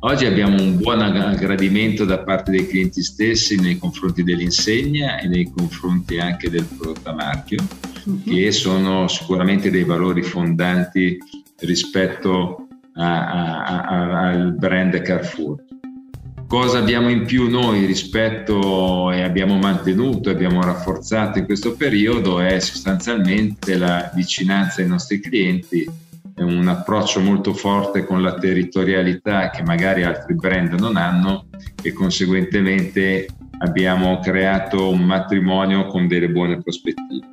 Oggi abbiamo un buon gradimento da parte dei clienti stessi nei confronti dell'insegna e nei confronti anche del prodotto a marchio, che sono sicuramente dei valori fondanti rispetto al brand Carrefour. Cosa abbiamo in più noi rispetto e abbiamo mantenuto e abbiamo rafforzato in questo periodo è sostanzialmente la vicinanza ai nostri clienti, un approccio molto forte con la territorialità che magari altri brand non hanno e conseguentemente abbiamo creato un matrimonio con delle buone prospettive.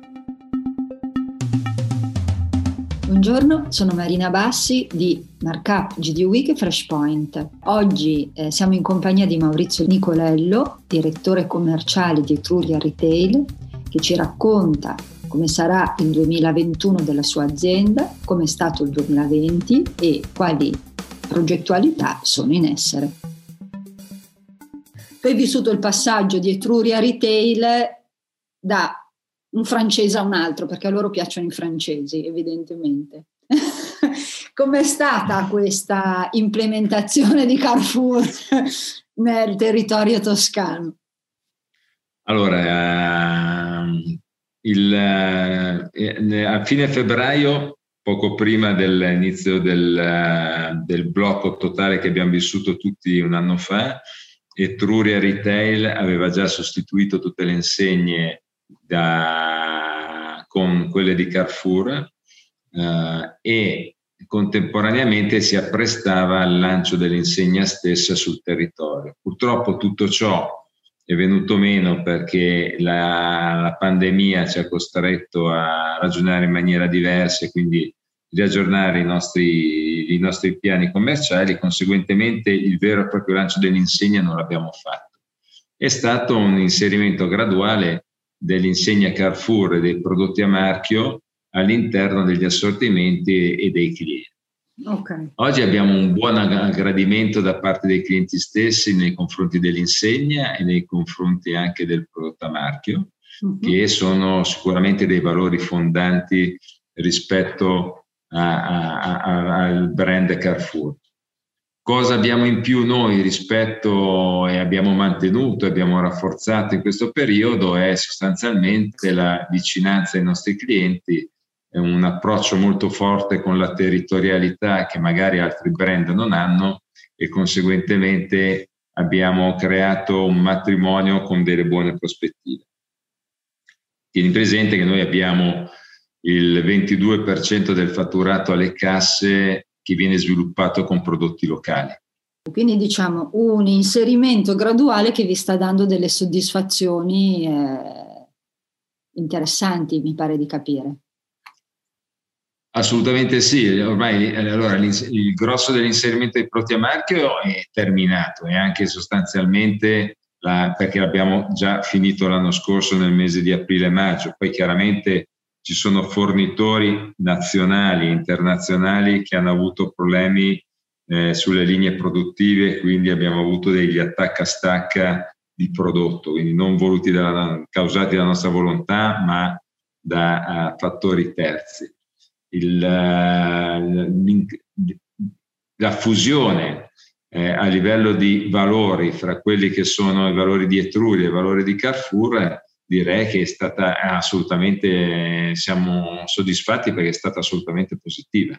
Buongiorno, sono Marina Bassi di Markup, GD Week e Freshpoint. Oggi siamo in compagnia di Maurizio Nicolello, direttore commerciale di Etruria Retail, che ci racconta come sarà il 2021 della sua azienda, come è stato il 2020 e quali progettualità sono in essere. Tu hai vissuto il passaggio di Etruria Retail da un francese a un altro, perché a loro piacciono i francesi, evidentemente. Com'è stata questa implementazione di Carrefour nel territorio toscano? Allora, a fine febbraio, poco prima dell'inizio del blocco totale che abbiamo vissuto tutti un anno fa, Etruria Retail aveva già sostituito tutte le insegne con quelle di Carrefour e contemporaneamente si apprestava al lancio dell'insegna stessa sul territorio. Purtroppo tutto ciò è venuto meno perché la pandemia ci ha costretto a ragionare in maniera diversa e quindi riaggiornare i nostri piani commerciali. Conseguentemente il vero e proprio lancio dell'insegna non l'abbiamo fatto. È stato un inserimento graduale dell'insegna Carrefour e dei prodotti a marchio all'interno degli assortimenti e dei clienti. Okay. Oggi abbiamo un buon gradimento da parte dei clienti stessi nei confronti dell'insegna e nei confronti anche del prodotto a marchio, che sono sicuramente dei valori fondanti rispetto al brand Carrefour. Cosa abbiamo in più noi rispetto e abbiamo mantenuto e abbiamo rafforzato in questo periodo è sostanzialmente la vicinanza ai nostri clienti, un approccio molto forte con la territorialità che magari altri brand non hanno e conseguentemente abbiamo creato un matrimonio con delle buone prospettive. Tieni presente che noi abbiamo il 22% del fatturato alle casse che viene sviluppato con prodotti locali. Quindi diciamo un inserimento graduale che vi sta dando delle soddisfazioni interessanti, mi pare di capire. Assolutamente sì, ormai allora, il grosso dell'inserimento dei prodotti a marchio è terminato e anche sostanzialmente perché l'abbiamo già finito l'anno scorso nel mese di aprile-maggio, poi chiaramente ci sono fornitori nazionali e internazionali che hanno avuto problemi sulle linee produttive, quindi abbiamo avuto degli attacca-stacca di prodotto, quindi non causati dalla nostra volontà, ma da fattori terzi. La fusione a livello di valori fra quelli che sono i valori di Etruria e i valori di Carrefour direi che è stata assolutamente, siamo soddisfatti perché è stata assolutamente positiva.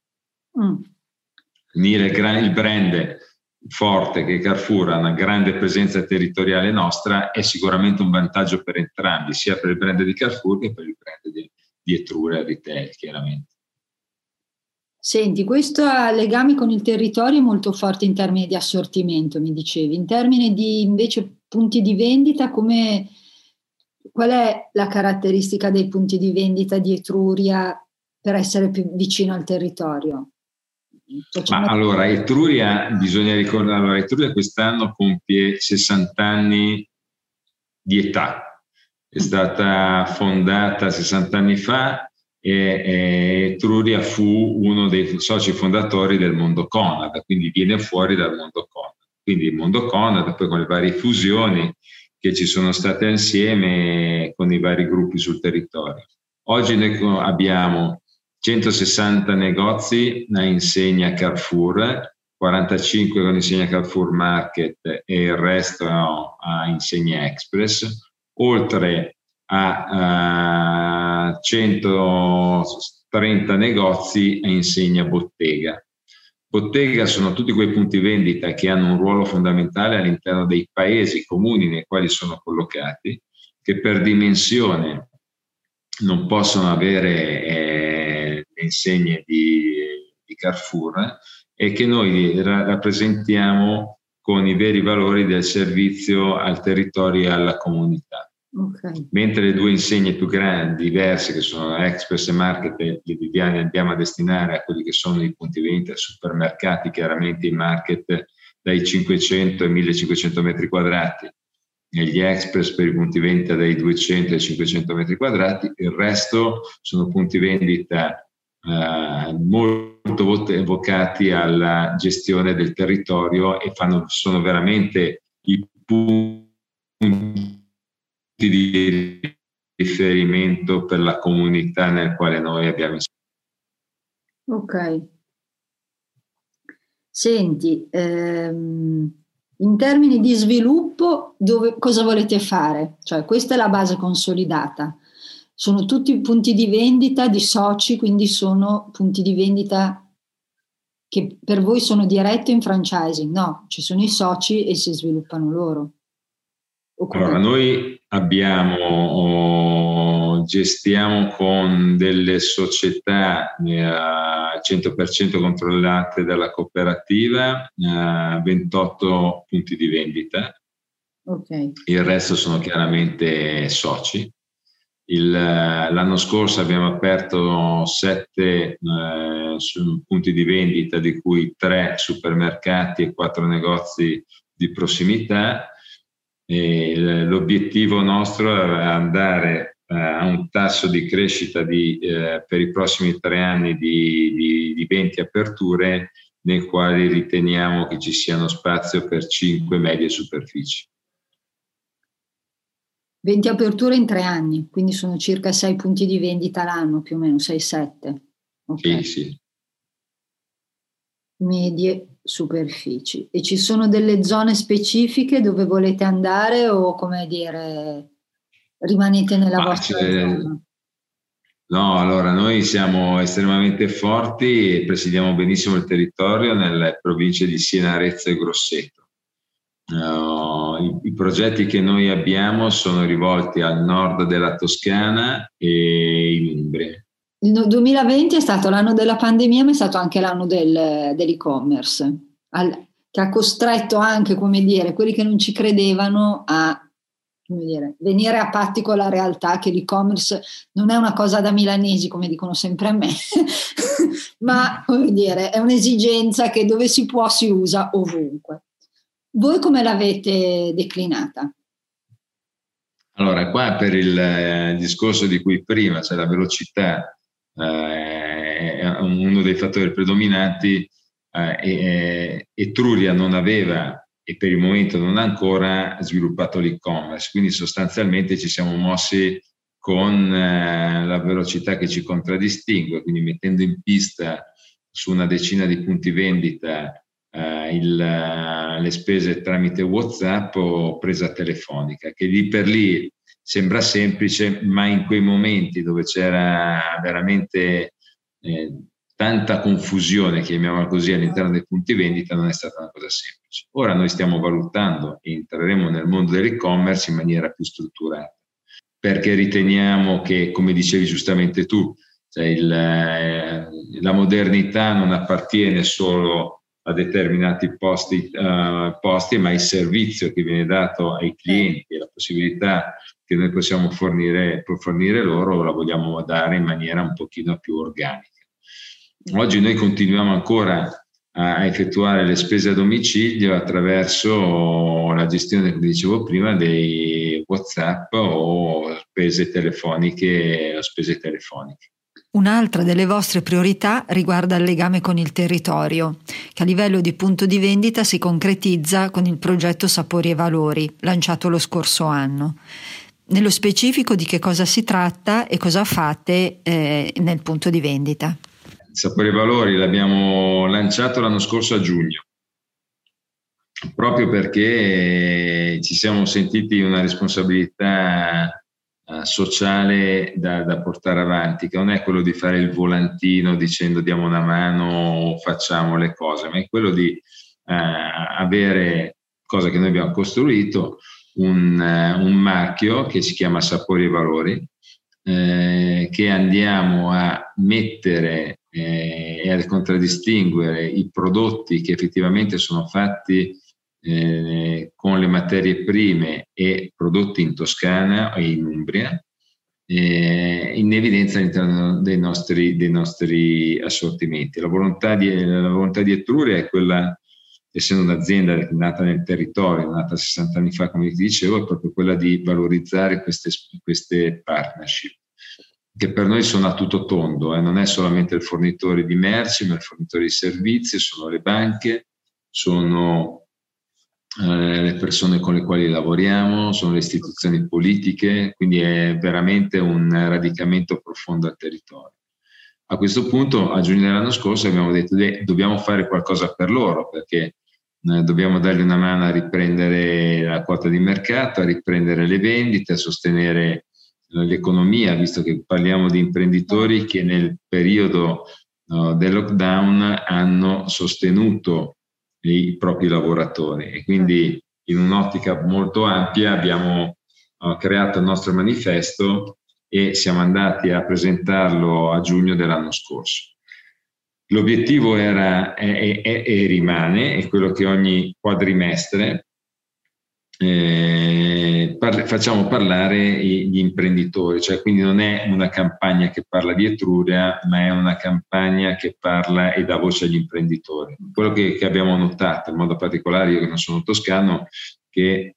Unire il brand forte che Carrefour ha una grande presenza territoriale nostra è sicuramente un vantaggio per entrambi, sia per il brand di Carrefour che per il brand di Etruria Retail, chiaramente. Senti, questo legame con il territorio è molto forte in termini di assortimento, mi dicevi. In termini di invece punti di vendita, qual è la caratteristica dei punti di vendita di Etruria per essere più vicino al territorio? Allora, Etruria, bisogna ricordare, Etruria quest'anno compie 60 anni di età. È stata fondata 60 anni fa e Etruria fu uno dei soci fondatori del Mondo Conad, quindi viene fuori dal Mondo Conad. Quindi il Mondo Conad, poi con le varie fusioni che ci sono state insieme con i vari gruppi sul territorio. Oggi noi abbiamo 160 negozi a insegna Carrefour, 45 con insegna Carrefour Market e il resto a insegna Express, oltre a 130 negozi a insegna Bottega. Bottega sono tutti quei punti vendita che hanno un ruolo fondamentale all'interno dei paesi comuni nei quali sono collocati, che per dimensione non possono avere le insegne di Carrefour, e che noi rappresentiamo con i veri valori del servizio al territorio e alla comunità. Okay. Mentre le due insegne più grandi, diverse, che sono Express e Market, le andiamo a destinare a quelli che sono i punti vendita, supermercati, chiaramente i Market dai 500 ai 1500 metri quadrati, e gli Express per i punti vendita dai 200 ai 500 metri quadrati. Il resto sono punti vendita molto evocati alla gestione del territorio e sono veramente i punti di riferimento per la comunità nel quale noi abbiamo inserito. Ok. Senti, in termini di sviluppo, cosa volete fare? Cioè, questa è la base consolidata. Sono tutti punti di vendita di soci, quindi sono punti di vendita che per voi sono diretti in franchising? No, ci sono i soci e si sviluppano loro. Allora, noi gestiamo con delle società al 100% controllate dalla cooperativa 28 punti di vendita. Okay. Il resto sono chiaramente soci. L'anno scorso abbiamo aperto 7 punti di vendita, di cui 3 supermercati e 4 negozi di prossimità. E l'obiettivo nostro è andare a un tasso di crescita per i prossimi 3 anni di 20 aperture, nei quali riteniamo che ci siano spazio per 5 medie superfici. 20 aperture in 3 anni, quindi sono circa 6 punti di vendita l'anno, più o meno 6-7. Okay. Sì. Medie superfici. E ci sono delle zone specifiche dove volete andare o, come dire, rimanete nella vostra zona? No, allora noi siamo estremamente forti e presidiamo benissimo il territorio nelle province di Siena, Arezzo e Grosseto. I progetti che noi abbiamo sono rivolti al nord della Toscana e in Umbria. Il 2020 è stato l'anno della pandemia, ma è stato anche l'anno dell'e-commerce, che ha costretto anche, come dire, quelli che non ci credevano a, come dire, venire a patti con la realtà, che l'e-commerce non è una cosa da milanesi, come dicono sempre a me, ma, come dire, è un'esigenza che dove si può si usa ovunque. Voi come l'avete declinata? Allora, qua per il discorso di cui prima, cioè la velocità, è uno dei fattori predominanti. Etruria non aveva, e per il momento non ha ancora, sviluppato l'e-commerce, quindi sostanzialmente ci siamo mossi con la velocità che ci contraddistingue, quindi mettendo in pista su una decina di punti vendita le spese tramite WhatsApp o presa telefonica, che lì per lì sembra semplice, ma in quei momenti dove c'era veramente tanta confusione, chiamiamola così, all'interno dei punti vendita, non è stata una cosa semplice. Ora noi stiamo valutando e entreremo nel mondo dell'e-commerce in maniera più strutturata, perché riteniamo che, come dicevi giustamente tu, cioè la modernità non appartiene solo a determinati posti, ma il servizio che viene dato ai clienti e la possibilità che noi possiamo fornire loro la vogliamo dare in maniera un pochino più organica. Oggi noi continuiamo ancora a effettuare le spese a domicilio attraverso la gestione, come dicevo prima, dei WhatsApp o spese telefoniche. Un'altra delle vostre priorità riguarda il legame con il territorio, che a livello di punto di vendita si concretizza con il progetto Sapori e Valori, lanciato lo scorso anno. Nello specifico, di che cosa si tratta e cosa fate nel punto di vendita? Sapori e Valori l'abbiamo lanciato l'anno scorso a giugno. proprio perché ci siamo sentiti una responsabilità sociale da portare avanti, che non è quello di fare il volantino dicendo diamo una mano o facciamo le cose, ma è quello di avere, cosa che noi abbiamo costruito, un marchio che si chiama Sapori e Valori, che andiamo a mettere e a contraddistinguere i prodotti che effettivamente sono fatti con le materie prime e prodotti in Toscana e in Umbria, in evidenza all'interno dei nostri assortimenti. La volontà di Etruria è quella, essendo un'azienda nata nel territorio, nata 60 anni fa, come ti dicevo, è proprio quella di valorizzare queste partnership, che per noi sono a tutto tondo, non è solamente il fornitore di merci, ma il fornitore di servizi, sono le banche, sono le persone con le quali lavoriamo, sono le istituzioni politiche, quindi è veramente un radicamento profondo al territorio. A questo punto, a giugno dell'anno scorso, abbiamo detto dobbiamo fare qualcosa per loro, perché dobbiamo dargli una mano a riprendere la quota di mercato, a riprendere le vendite, a sostenere l'economia, visto che parliamo di imprenditori che nel periodo del lockdown hanno sostenuto i propri lavoratori, e quindi in un'ottica molto ampia abbiamo creato il nostro manifesto e siamo andati a presentarlo a giugno dell'anno scorso. L'obiettivo era e rimane, è quello che ogni quadrimestre facciamo parlare gli imprenditori, cioè quindi non è una campagna che parla di Etruria, ma è una campagna che parla e dà voce agli imprenditori. Quello che abbiamo notato, in modo particolare io che non sono toscano, che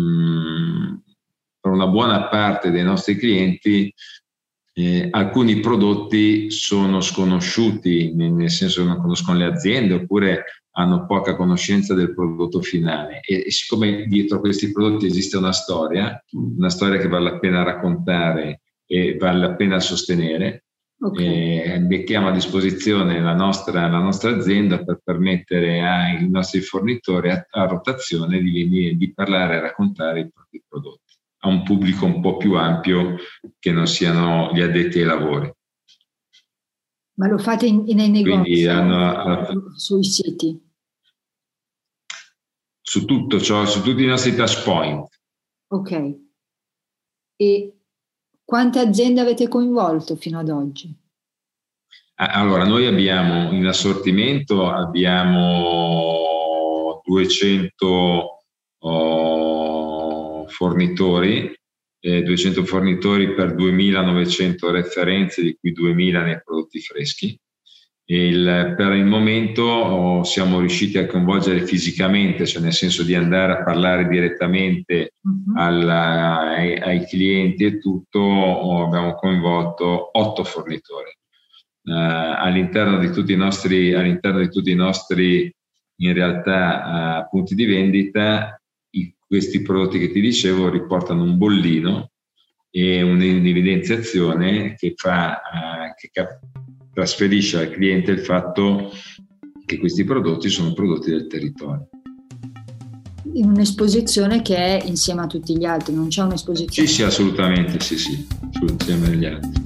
per una buona parte dei nostri clienti alcuni prodotti sono sconosciuti, nel senso che non conoscono le aziende oppure hanno poca conoscenza del prodotto finale, e siccome dietro a questi prodotti esiste una storia che vale la pena raccontare e vale la pena sostenere, mettiamo a disposizione la nostra azienda per permettere ai nostri fornitori a rotazione di parlare e raccontare i propri prodotti a un pubblico un po' più ampio che non siano gli addetti ai lavori. Ma lo fate nei negozi, sui siti? Su tutto, cioè su tutti i nostri touch point. Ok. E quante aziende avete coinvolto fino ad oggi? Allora, noi abbiamo in assortimento 200 fornitori, 200 fornitori per 2.900 referenze, di cui 2.000 nei prodotti freschi. Per il momento siamo riusciti a coinvolgere fisicamente, cioè nel senso di andare a parlare direttamente ai clienti e tutto. Abbiamo coinvolto 8 fornitori all'interno di tutti i nostri in realtà punti di vendita. Questi prodotti che ti dicevo riportano un bollino e un'evidenziazione che trasferisce al cliente il fatto che questi prodotti sono prodotti del territorio. In un'esposizione che è insieme a tutti gli altri, non c'è un'esposizione? Sì, assolutamente, sì, insieme agli altri.